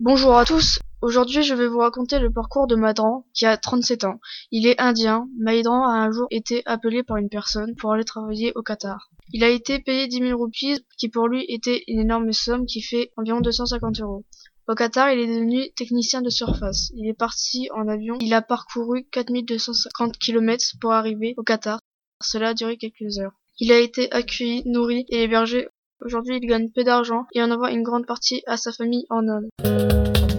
Bonjour à tous, aujourd'hui je vais vous raconter le parcours de Mahdran qui a 37 ans. Il est indien. Mahdran a un jour été appelé par une personne pour aller travailler au Qatar. Il a été payé 10 000 roupies qui pour lui était une énorme somme qui fait environ 250 €. Au Qatar, il est devenu technicien de surface. Il est parti en avion, il a parcouru 4250 km pour arriver au Qatar. Cela a duré quelques heures. Il a été accueilli, nourri et hébergé. Aujourd'hui, il gagne peu d'argent et en envoie une grande partie à sa famille en Inde.